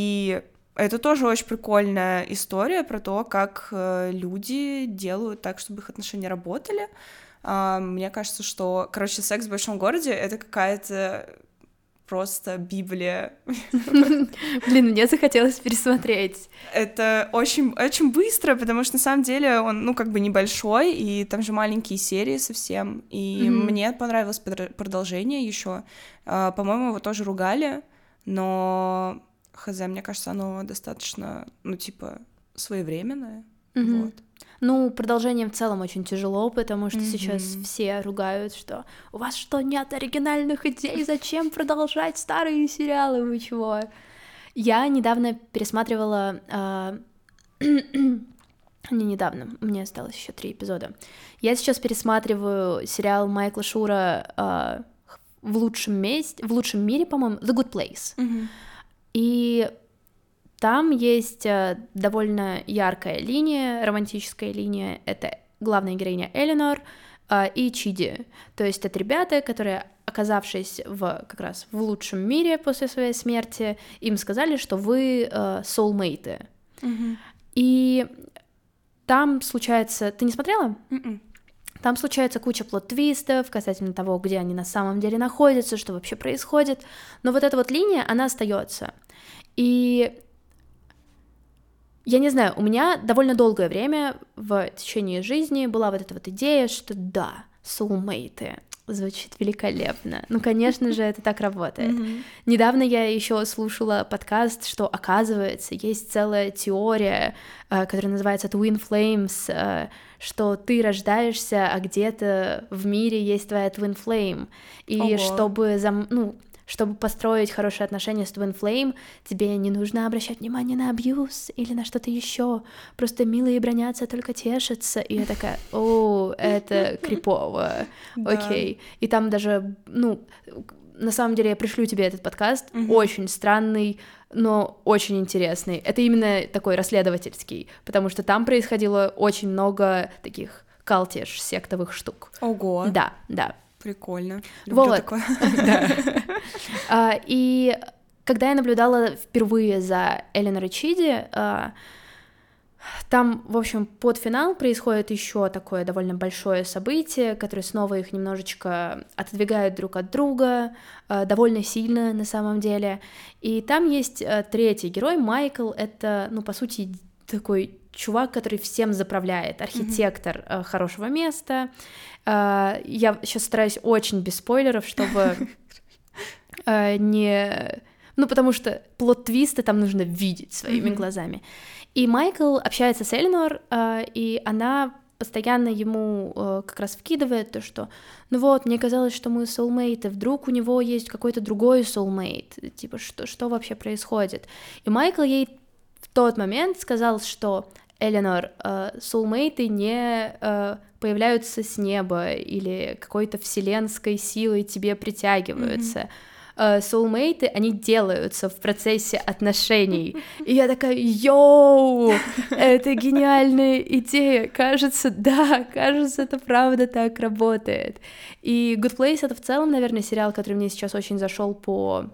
и это тоже очень прикольная история про то, как люди делают так, чтобы их отношения работали. Uh, мне кажется, что, короче, «Секс в большом городе» — это какая-то просто библия. Блин, мне захотелось пересмотреть. Это очень, очень быстро, потому что на самом деле он, ну, как бы небольшой, и там же маленькие серии совсем, и mm-hmm. мне понравилось продолжение еще. Uh, по-моему, его тоже ругали, но, хз, мне кажется, оно достаточно, ну, типа, своевременное. Mm-hmm. Вот. Ну, продолжение в целом очень тяжело, потому что mm-hmm. сейчас все ругают, что у вас что, нет оригинальных идей, зачем продолжать старые сериалы, вы чего? Я недавно пересматривала... Э... Не недавно, мне осталось еще три эпизода. Я сейчас пересматриваю сериал Майкла Шура э, в лучшем месте, в лучшем мире, по-моему, The Good Place. Mm-hmm. И там есть э, довольно яркая линия, романтическая линия. Это главная героиня Эленор э, и Чиди. То есть это ребята, которые, оказавшись в, как раз в лучшем мире после своей смерти, им сказали, что вы э, soulmate. Mm-hmm. И там случается... Ты не смотрела? Mm-mm. Там случается куча плот-твистов касательно того, где они на самом деле находятся, что вообще происходит. Но вот эта вот линия, она остается. И я не знаю, у меня довольно долгое время в течение жизни была вот эта вот идея, что да, soulmate звучит великолепно. Ну, конечно же, это так работает. Mm-hmm. Недавно я еще слушала подкаст, что, оказывается, есть целая теория, которая называется Twin Flames, что ты рождаешься, а где-то в мире есть твоя Twin Flame. И Ого. чтобы, зам... ну, чтобы построить хорошие отношения с Twin Flame, тебе не нужно обращать внимание на абьюз или на что-то еще. Просто милые бронятся, только тешатся. И я такая, о, это крипово. Окей. И там даже, ну, на самом деле я пришлю тебе этот подкаст. Угу. Очень странный, но очень интересный. Это именно такой расследовательский, потому что там происходило очень много таких калтиш, сектовых штук. Ого. Да, да. Прикольно. Люблю вот. такое. uh, и когда я наблюдала впервые за Эленор и Чиди, uh, там, в общем, под финал происходит еще такое довольно большое событие, которое снова их немножечко отодвигает друг от друга, uh, довольно сильно на самом деле. И там есть uh, третий герой, Майкл, это, ну, по сути, такой чувак, который всем заправляет, архитектор mm-hmm. uh, хорошего места. Uh, я сейчас стараюсь очень без спойлеров, чтобы uh, не... Ну, потому что плот-твисты там нужно видеть своими mm-hmm. глазами. И Майкл общается с Эленор, uh, и она постоянно ему uh, как раз вкидывает то, что ну вот, мне казалось, что мы soulmate, вдруг у него есть какой-то другой soulmate, типа, что, что вообще происходит? И Майкл ей в тот момент сказал, что Эленор, uh, soulmate не... Uh, появляются с неба или какой-то вселенской силой тебе притягиваются. Mm-hmm. Soulmate, они делаются в процессе отношений. И я такая, йоу, это гениальная идея. Кажется, да, кажется, это правда так работает. И Good Place — это в целом, наверное, сериал, который мне сейчас очень зашел по,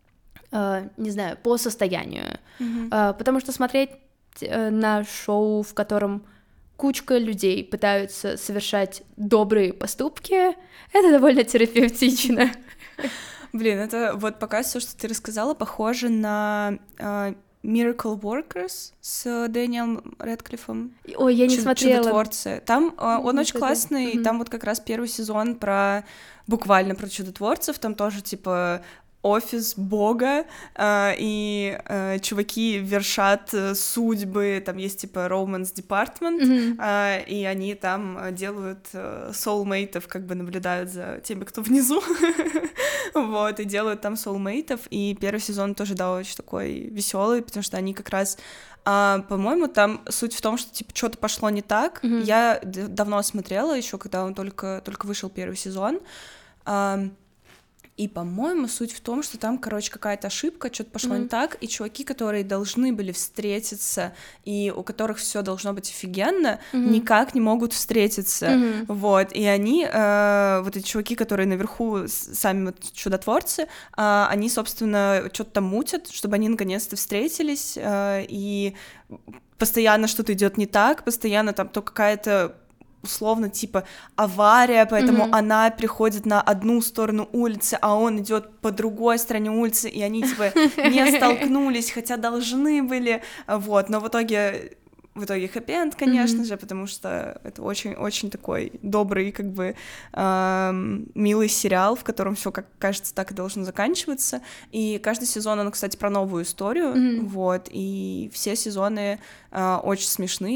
не знаю, по состоянию. Mm-hmm. Потому что смотреть на шоу, в котором кучка людей пытаются совершать добрые поступки, это довольно терапевтично. Блин, это вот пока все, что ты рассказала, похоже на uh, Miracle Workers с Дэниелом Рэдклиффом. Ой, я не Чуд- смотрела. Чудотворцы. Там uh, он mm-hmm. очень классный, mm-hmm. там вот как раз первый сезон про, буквально про чудотворцев, там тоже типа офис бога, э, и э, чуваки вершат э, судьбы, там есть типа romance department, mm-hmm. э, и они там делают э, soulmate'ов, как бы наблюдают за теми, кто внизу, вот, и делают там soulmate'ов, и первый сезон тоже, да, очень такой веселый, потому что они как раз А, по-моему, там суть в том, что типа что-то пошло не так. Mm-hmm. Я д- давно смотрела, еще когда он только, только вышел первый сезон. А, и, по-моему, суть в том, что там, короче, какая-то ошибка, что-то пошло mm-hmm. не так, и чуваки, которые должны были встретиться, и у которых все должно быть офигенно, mm-hmm. никак не могут встретиться. Mm-hmm. Вот. И они, э, вот эти чуваки, которые наверху, сами вот чудотворцы, э, они, собственно, что-то там мутят, чтобы они наконец-то встретились, э, и постоянно что-то идет не так, постоянно там то какая-то условно, типа, авария, поэтому mm-hmm. она приходит на одну сторону улицы, а он идет по другой стороне улицы, и они, типа, не столкнулись, хотя должны были, вот, но в итоге... В итоге хэппи-энд, конечно mm-hmm. же, потому что это очень-очень такой добрый, как бы, эм, милый сериал, в котором все, как кажется, так и должно заканчиваться. И каждый сезон, он, кстати, про новую историю, mm-hmm. вот, и все сезоны э, очень смешные.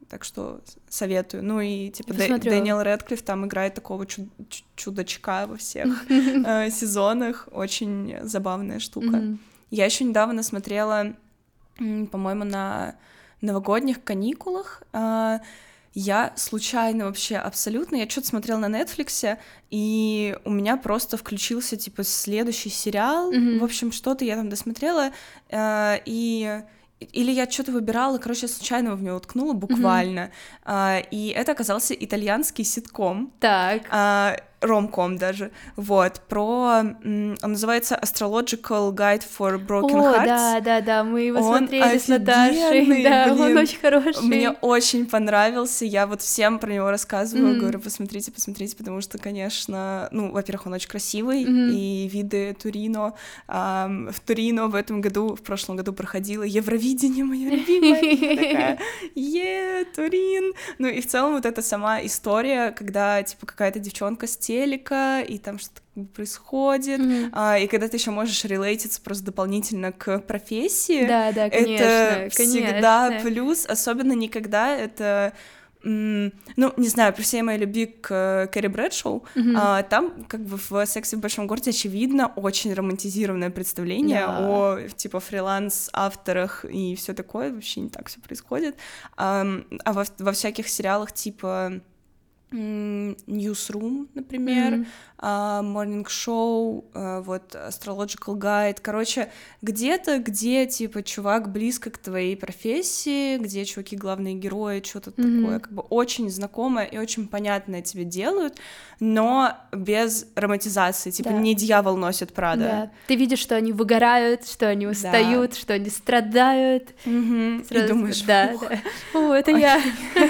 так что советую. Ну и типа Посмотрю. Дэниел Рэдклифф там играет такого чуд- чудачка во всех э, сезонах, очень забавная штука. Mm-hmm. Я еще недавно смотрела, по-моему, на новогодних каникулах. Э, я случайно вообще абсолютно, я что-то смотрела на Netflix, и у меня просто включился типа следующий сериал, mm-hmm. в общем, что-то я там досмотрела, э, и или я что-то выбирала, короче, случайно в него уткнула буквально, mm-hmm. а, и это оказался итальянский ситком, так. а, ромком даже, вот, про, он называется Astrological Guide for Broken О, Hearts. да, да, да, мы его он смотрели с Наташей, да, блин, он очень хороший. Мне очень понравился, я вот всем про него рассказываю, mm-hmm. говорю, посмотрите, посмотрите, потому что, конечно, ну, во-первых, он очень красивый, mm-hmm. и виды Турино, а, в Турино в этом году, в прошлом году проходило Евровидение, моё любимое, я такая, е, Турин, ну, и в целом вот эта сама история, когда, типа, какая-то девчонка с телека, и там что-то происходит, mm-hmm. а, и когда ты еще можешь релейтиться просто дополнительно к профессии, да, да, конечно, это всегда конечно. плюс, особенно никогда это... м- ну, не знаю, при всей моей любви к Кэрри Брэдшоу, mm-hmm. а, там как бы в «Сексе в большом городе» очевидно очень романтизированное представление да. о, типа, фриланс-авторах и все такое, вообще не так все происходит, а, а во, во всяких сериалах типа... Newsroom, например, mm-hmm. uh, Morning Show, uh, вот Astrological Guide, короче, где-то, где, типа, чувак близко к твоей профессии, где чуваки главные герои, что-то mm-hmm. такое, как бы очень знакомое и очень понятное тебе делают, но без романтизации, типа, да. не дьявол носит Прада. Да. Ты видишь, что они выгорают, что они устают, да. что они страдают. Mm-hmm. Сразу... И думаешь, да, да. О, это я.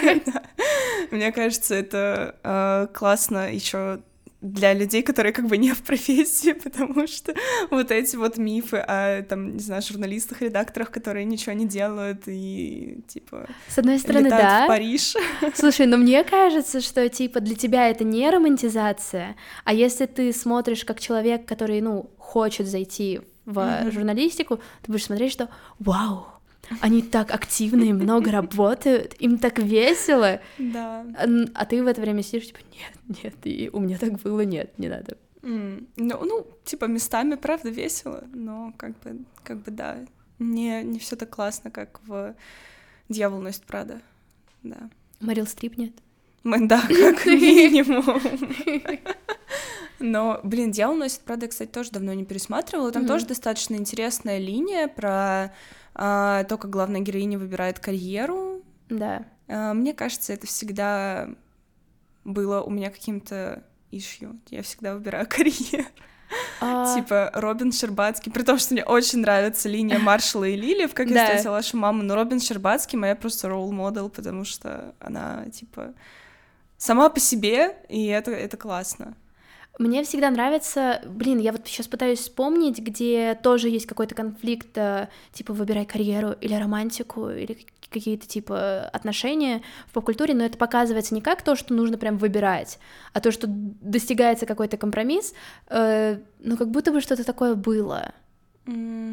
Мне кажется, это э, классно еще для людей, которые как бы не в профессии, потому что вот эти вот мифы о, там, не знаю, журналистах, редакторах, которые ничего не делают и, типа, с одной стороны, летают да. в Париж. Слушай, но мне кажется, что, типа, для тебя это не романтизация, а если ты смотришь как человек, который, ну, хочет зайти в mm-hmm. журналистику, ты будешь смотреть, что «Вау!» Они так активно и много работают, им так весело. Да. А, а ты в это время сидишь, типа, нет, нет, и у меня так было, нет, не надо. Mm. Ну, ну, типа, местами, правда, весело, но как бы, как бы, да, не, не все так классно, как в «Дьявол носит Прада», да. Мэрил Стрип нет? Да, как минимум. Но, блин, «Дьявол носит Прада», я, кстати, тоже давно не пересматривала, там тоже достаточно интересная линия про... А, то, как главная героиня выбирает карьеру. Да. А, мне кажется, это всегда было у меня каким-то issue. Я всегда выбираю карьеру. А... Типа Робин Щербацкий, при том, что мне очень нравится линия Маршала и Лилиев, как я встретила вашу маму, но Робин Щербацкий моя просто ролл-модел, потому что она, типа, сама по себе, и это, это классно. Мне всегда нравится, блин, я вот сейчас пытаюсь вспомнить, где тоже есть какой-то конфликт, типа выбирай карьеру или романтику, или какие-то типа отношения в поп-культуре, но это показывается не как то, что нужно прям выбирать, а то, что достигается какой-то компромисс, э, ну как будто бы что-то такое было. Mm.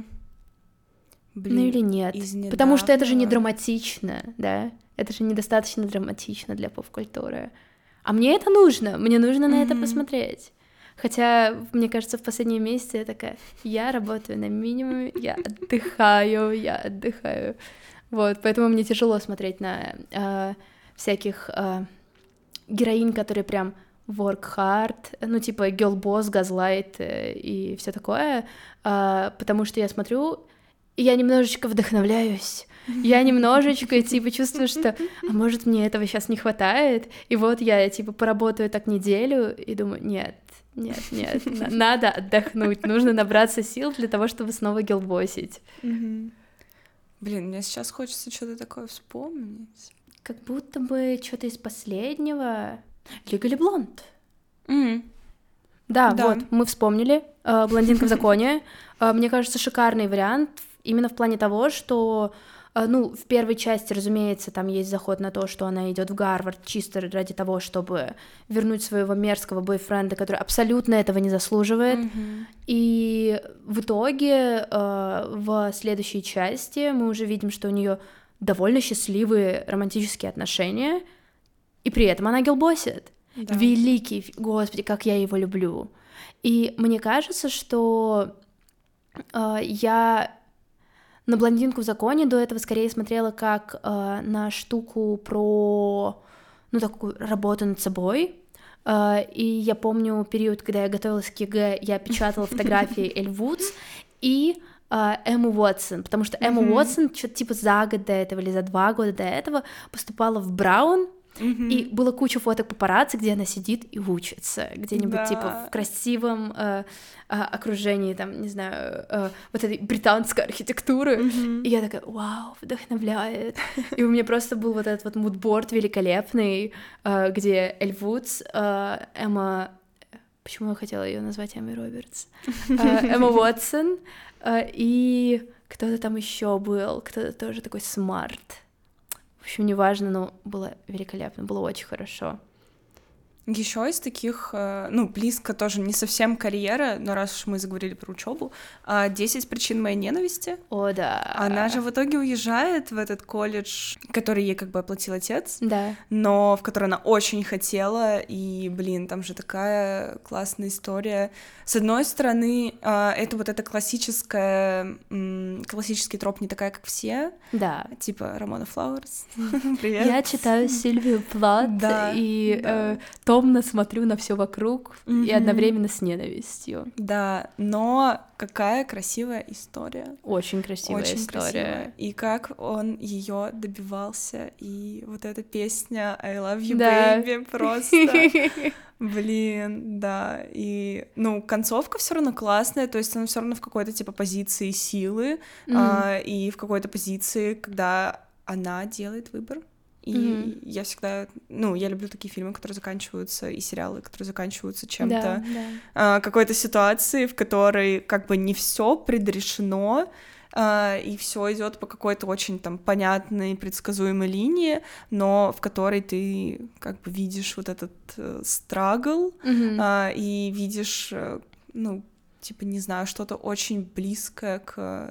Блин, ну или нет, потому что это же не драматично, да, это же недостаточно драматично для поп-культуры. А мне это нужно, мне нужно на mm-hmm. это посмотреть. Хотя, мне кажется, в последние месяцы я такая, я работаю на минимуме, я отдыхаю, я отдыхаю. Вот, поэтому мне тяжело смотреть на э, всяких э, героинь, которые прям work hard, ну, типа girl boss, gaslight э, и все такое, э, потому что я смотрю, и я немножечко вдохновляюсь. Я немножечко, типа, чувствую, что, а может, мне этого сейчас не хватает, и вот я, типа, поработаю так неделю, и думаю, нет, нет, нет, надо отдохнуть, нужно набраться сил для того, чтобы снова гелбосить. Mm-hmm. Блин, мне сейчас хочется что-то такое вспомнить. Как будто бы что-то из последнего... Legally Blonde. Mm-hmm. Да, да, вот, мы вспомнили э, «Блондинка в законе». Э, мне кажется, шикарный вариант именно в плане того, что... Ну, в первой части, разумеется, там есть заход на то, что она идет в Гарвард чисто ради того, чтобы вернуть своего мерзкого бойфренда, который абсолютно этого не заслуживает. Mm-hmm. И в итоге э, в следующей части мы уже видим, что у нее довольно счастливые романтические отношения, и при этом она гелбосит. Да. Великий, господи, как я его люблю. И мне кажется, что э, я на «Блондинку в законе» до этого скорее смотрела как э, на штуку про, ну, такую работу над собой. Uh, и я помню период, когда я готовилась к ЕГЭ, я печатала фотографии Эль Вудс и uh, Эмму Уотсон, потому что Эмма mm-hmm. Уотсон что-то типа за год до этого или за два года до этого поступала в Браун, mm-hmm. и было куча фоток папарацци, где она сидит и учится, где-нибудь да. типа в красивом uh, uh, окружении, там, не знаю, uh, вот этой британской архитектуры, mm-hmm. и я такая, вау, вдохновляет, и у меня просто был вот этот вот мудборд великолепный, uh, где Эль Вудс, uh, Эмма, почему я хотела ее назвать Эммой Робертс, uh, Эмма Уотсон, uh, и кто-то там еще был, кто-то тоже такой смарт. В общем, неважно, но было великолепно, было очень хорошо. Еще из таких, ну, близко тоже не совсем карьера, но раз уж мы заговорили про учебу, «десять причин моей ненависти». О, да. Она же в итоге уезжает в этот колледж, который ей как бы оплатил отец, да. но в который она очень хотела, и, блин, там же такая классная история. С одной стороны, это вот это классическое, классический троп «не такая, как все», да. типа Рамона Флауэрс. Привет. Я читаю Сильвию Плат, да, и да. Э, томно смотрю на все вокруг mm-hmm. и одновременно с ненавистью. Да, но какая красивая история. Очень красивая Очень история. Красивая. И как он ее добивался, и вот эта песня I love you, да. baby, просто... Блин, да, и, ну, концовка все равно классная, то есть она все равно в какой-то, типа, позиции силы, mm-hmm. а, и в какой-то позиции, когда она делает выбор, и mm-hmm. я всегда, ну, я люблю такие фильмы, которые заканчиваются, и сериалы, которые заканчиваются чем-то, да, да. а, какой-то ситуацией, в которой, как бы, не все предрешено, Uh, и все идет по какой-то очень там понятной, предсказуемой линии, но в которой ты как бы видишь вот этот страгл uh, mm-hmm. uh, и видишь, uh, ну, типа, не знаю, что-то очень близкое к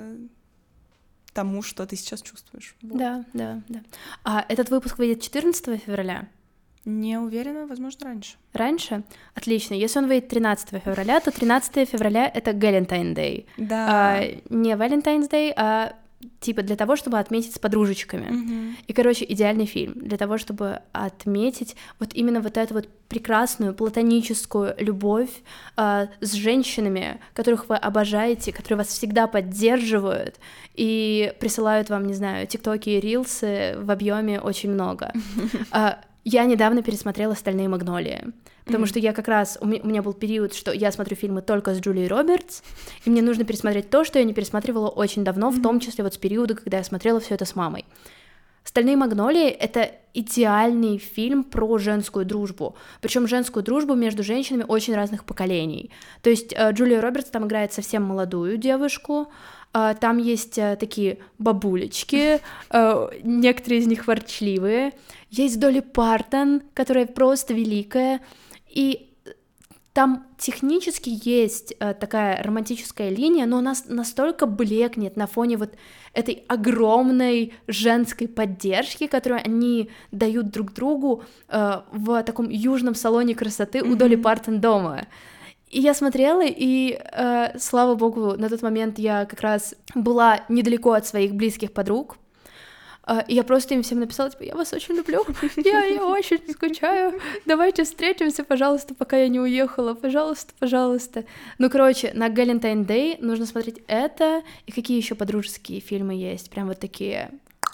тому, что ты сейчас чувствуешь. Вот. Да, да, да. А этот выпуск выйдет четырнадцатого февраля? Не уверена, возможно, раньше. Раньше? Отлично. Если он выйдет тринадцатого февраля, то тринадцатого февраля — это Галентайн Дэй. Да. А, не Valentine's Day, а типа для того, чтобы отметить с подружечками. Mm-hmm. И, короче, идеальный фильм для того, чтобы отметить вот именно вот эту вот прекрасную платоническую любовь а, с женщинами, которых вы обожаете, которые вас всегда поддерживают и присылают вам, не знаю, тиктоки и рилсы в объеме очень много. А, Я недавно пересмотрела «Стальные магнолии», потому mm-hmm. что я как раз... У меня был период, что я смотрю фильмы только с Джулией Робертс, и мне нужно пересмотреть то, что я не пересматривала очень давно, mm-hmm. в том числе вот с периода, когда я смотрела все это с мамой. «Стальные магнолии» — это идеальный фильм про женскую дружбу, причем женскую дружбу между женщинами очень разных поколений. То есть Джулия Робертс там играет совсем молодую девушку, там есть такие бабулечки, некоторые из них ворчливые, есть Долли Партон, которая просто великая, и там технически есть такая романтическая линия, но она настолько блекнет на фоне вот этой огромной женской поддержки, которую они дают друг другу в таком южном салоне красоты mm-hmm. у Долли Партон дома. И я смотрела, и, э, слава богу, на тот момент я как раз была недалеко от своих близких подруг, э, и я просто им всем написала, типа, я вас очень люблю, я, я очень скучаю, давайте встретимся, пожалуйста, пока я не уехала, пожалуйста, пожалуйста. Ну, короче, на Галентайн Дэй нужно смотреть это, и какие еще подружеские фильмы есть, прям вот такие...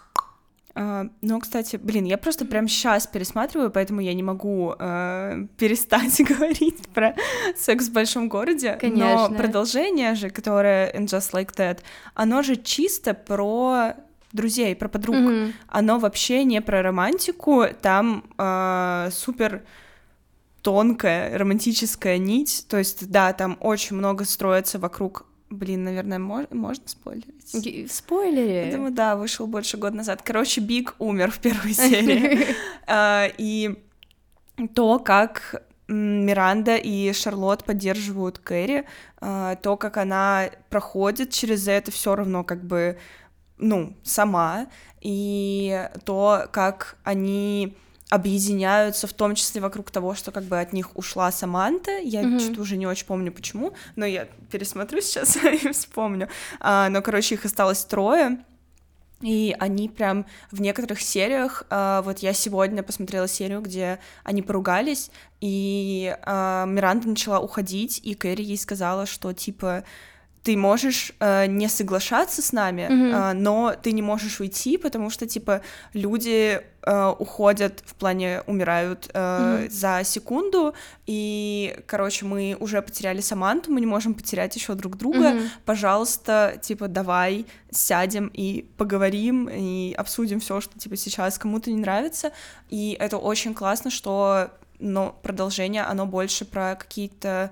Uh, ну, кстати, блин, я просто прям сейчас пересматриваю, поэтому я не могу uh, перестать говорить про «Секс в большом городе». Конечно. Но продолжение же, которое «And Just Like That», оно же чисто про друзей, про подруг. Mm-hmm. Оно вообще не про романтику, там uh, супер тонкая романтическая нить, то есть, да, там очень много строится вокруг... Блин, наверное, мож- можно спойлерить? Спойлери? Я думаю, да, вышел больше года назад. Короче, Биг умер в первой серии. И то, как Миранда и Шарлотт поддерживают Кэрри, то, как она проходит через это, все равно как бы ну, сама, и то, как они объединяются, в том числе вокруг того, что как бы от них ушла Саманта. Я mm-hmm. что-то уже не очень помню, почему, но я пересмотрю сейчас и вспомню. А, но, короче, их осталось трое, и они прям в некоторых сериях, а, вот я сегодня посмотрела серию, где они поругались, и а, Миранда начала уходить, и Кэрри ей сказала, что, типа, ты можешь э, не соглашаться с нами, mm-hmm. э, но ты не можешь уйти, потому что, типа, люди э, уходят, в плане умирают э, mm-hmm. за секунду, и, короче, мы уже потеряли Саманту, мы не можем потерять еще друг друга, mm-hmm. пожалуйста, типа, давай сядем и поговорим, и обсудим все, что, типа, сейчас кому-то не нравится, и это очень классно, что, но продолжение, оно больше про какие-то...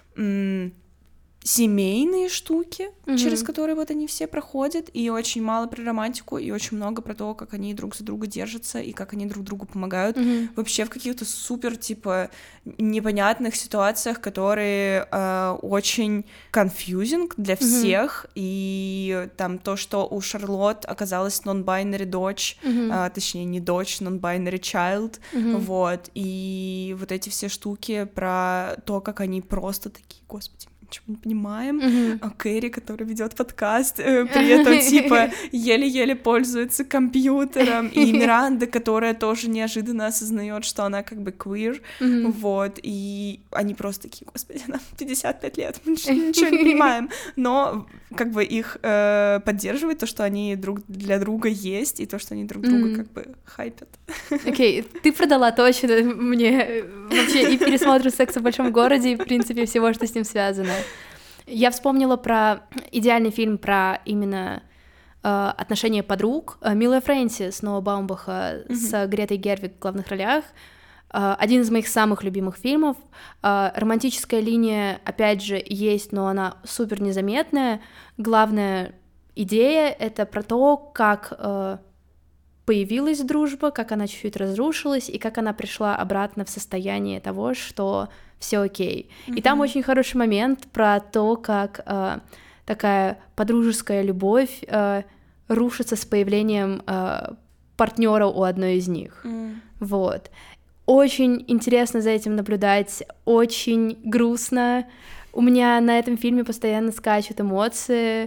М- семейные штуки, mm-hmm. через которые вот они все проходят, и очень мало про романтику, и очень много про то, как они друг за друга держатся, и как они друг другу помогают, mm-hmm. вообще в каких-то супер, типа, непонятных ситуациях, которые э, очень confusing для mm-hmm. всех, и там то, что у Шарлотт оказалась non-binary дочь, mm-hmm. э, точнее, не дочь, non-binary child, mm-hmm. вот, и вот эти все штуки про то, как они просто такие, господи, ничего не понимаем, mm-hmm. а Кэрри, которая ведет подкаст, э, при этом, типа, еле-еле пользуется компьютером, и Миранда, которая тоже неожиданно осознает, что она как бы queer, mm-hmm. вот, и они просто такие, господи, нам пятьдесят пять лет, мы ничего не понимаем, но как бы их э, поддерживает то, что они друг для друга есть, и то, что они друг друга mm-hmm. как бы хайпят. Окей, okay, ты продала точно мне вообще и пересмотру «Секса в большом городе», и, в принципе, всего, что с ним связано. Я вспомнила про идеальный фильм про именно э, отношения подруг. Милая Фрэнсис Ноа Баумбаха mm-hmm. с Гретой Гервиг в главных ролях. Э, один из моих самых любимых фильмов. Э, романтическая линия, опять же, есть, но она супер незаметная. Главная идея — это про то, как э, появилась дружба, как она чуть-чуть разрушилась, и как она пришла обратно в состояние того, что все окей. Mm-hmm. И там очень хороший момент про то, как э, такая подружеская любовь э, рушится с появлением э, партнера у одной из них. Mm. Вот. Очень интересно за этим наблюдать, очень грустно. У меня на этом фильме постоянно скачут эмоции,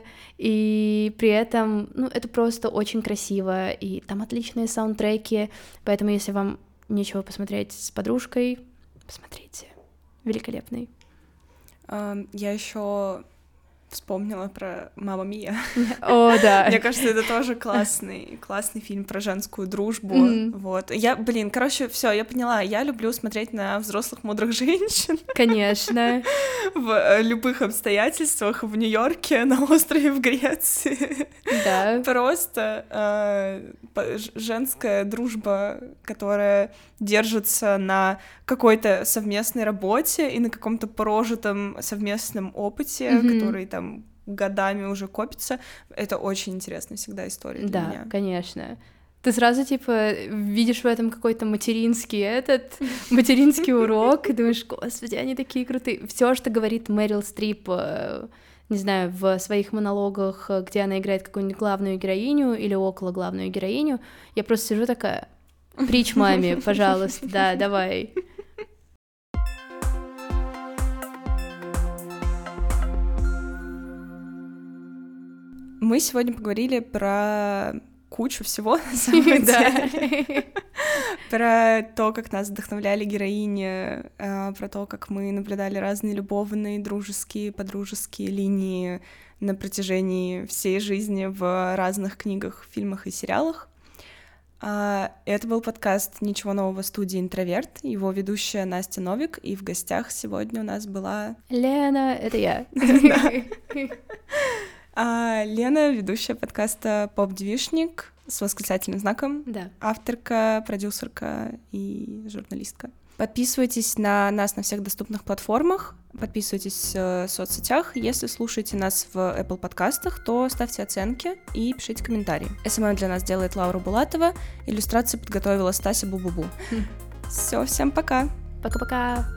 и при этом, ну, это просто очень красиво, и там отличные саундтреки, поэтому если вам нечего посмотреть с подружкой, посмотрите. Великолепный. Uh, я еще вспомнила про «Мамма Мия». О, да. Мне кажется, это тоже классный, классный фильм про женскую дружбу. Mm-hmm. Вот. Я, блин, короче, все, я поняла. Я люблю смотреть на взрослых мудрых женщин. Конечно. В любых обстоятельствах, в Нью-Йорке, на острове в Греции. Да. Просто э, женская дружба, которая держится на какой-то совместной работе и на каком-то прожитом совместном опыте, mm-hmm. который там годами уже копится. Это очень интересная всегда история для да, меня. Да, конечно. Ты сразу, типа, видишь в этом какой-то материнский этот, материнский урок, и думаешь, господи, они такие крутые. Все, что говорит Мэрил Стрип, не знаю, в своих монологах, где она играет какую-нибудь главную героиню или около главную героиню, я просто сижу такая, притч маме, пожалуйста, да, давай. Мы сегодня поговорили про кучу всего, на самом деле. Про то, как нас вдохновляли героини, про то, как мы наблюдали разные любовные, дружеские, подружеские линии на протяжении всей жизни в разных книгах, фильмах и сериалах. Это был подкаст «Ничего нового» студии «Интроверт», его ведущая Настя Новик, и в гостях сегодня у нас была... Лена, это я. А Лена, ведущая подкаста «Поп-девишник» с восклицательным знаком, да. Авторка, продюсерка и журналистка. Подписывайтесь на нас на всех доступных платформах, подписывайтесь в соцсетях. Если слушаете нас в Apple подкастах, то ставьте оценки и пишите комментарии. эс эм эм для нас делает Лаура Булатова, иллюстрации подготовила Стася Бу-Бу-Бу. Все, всем пока! Пока-пока!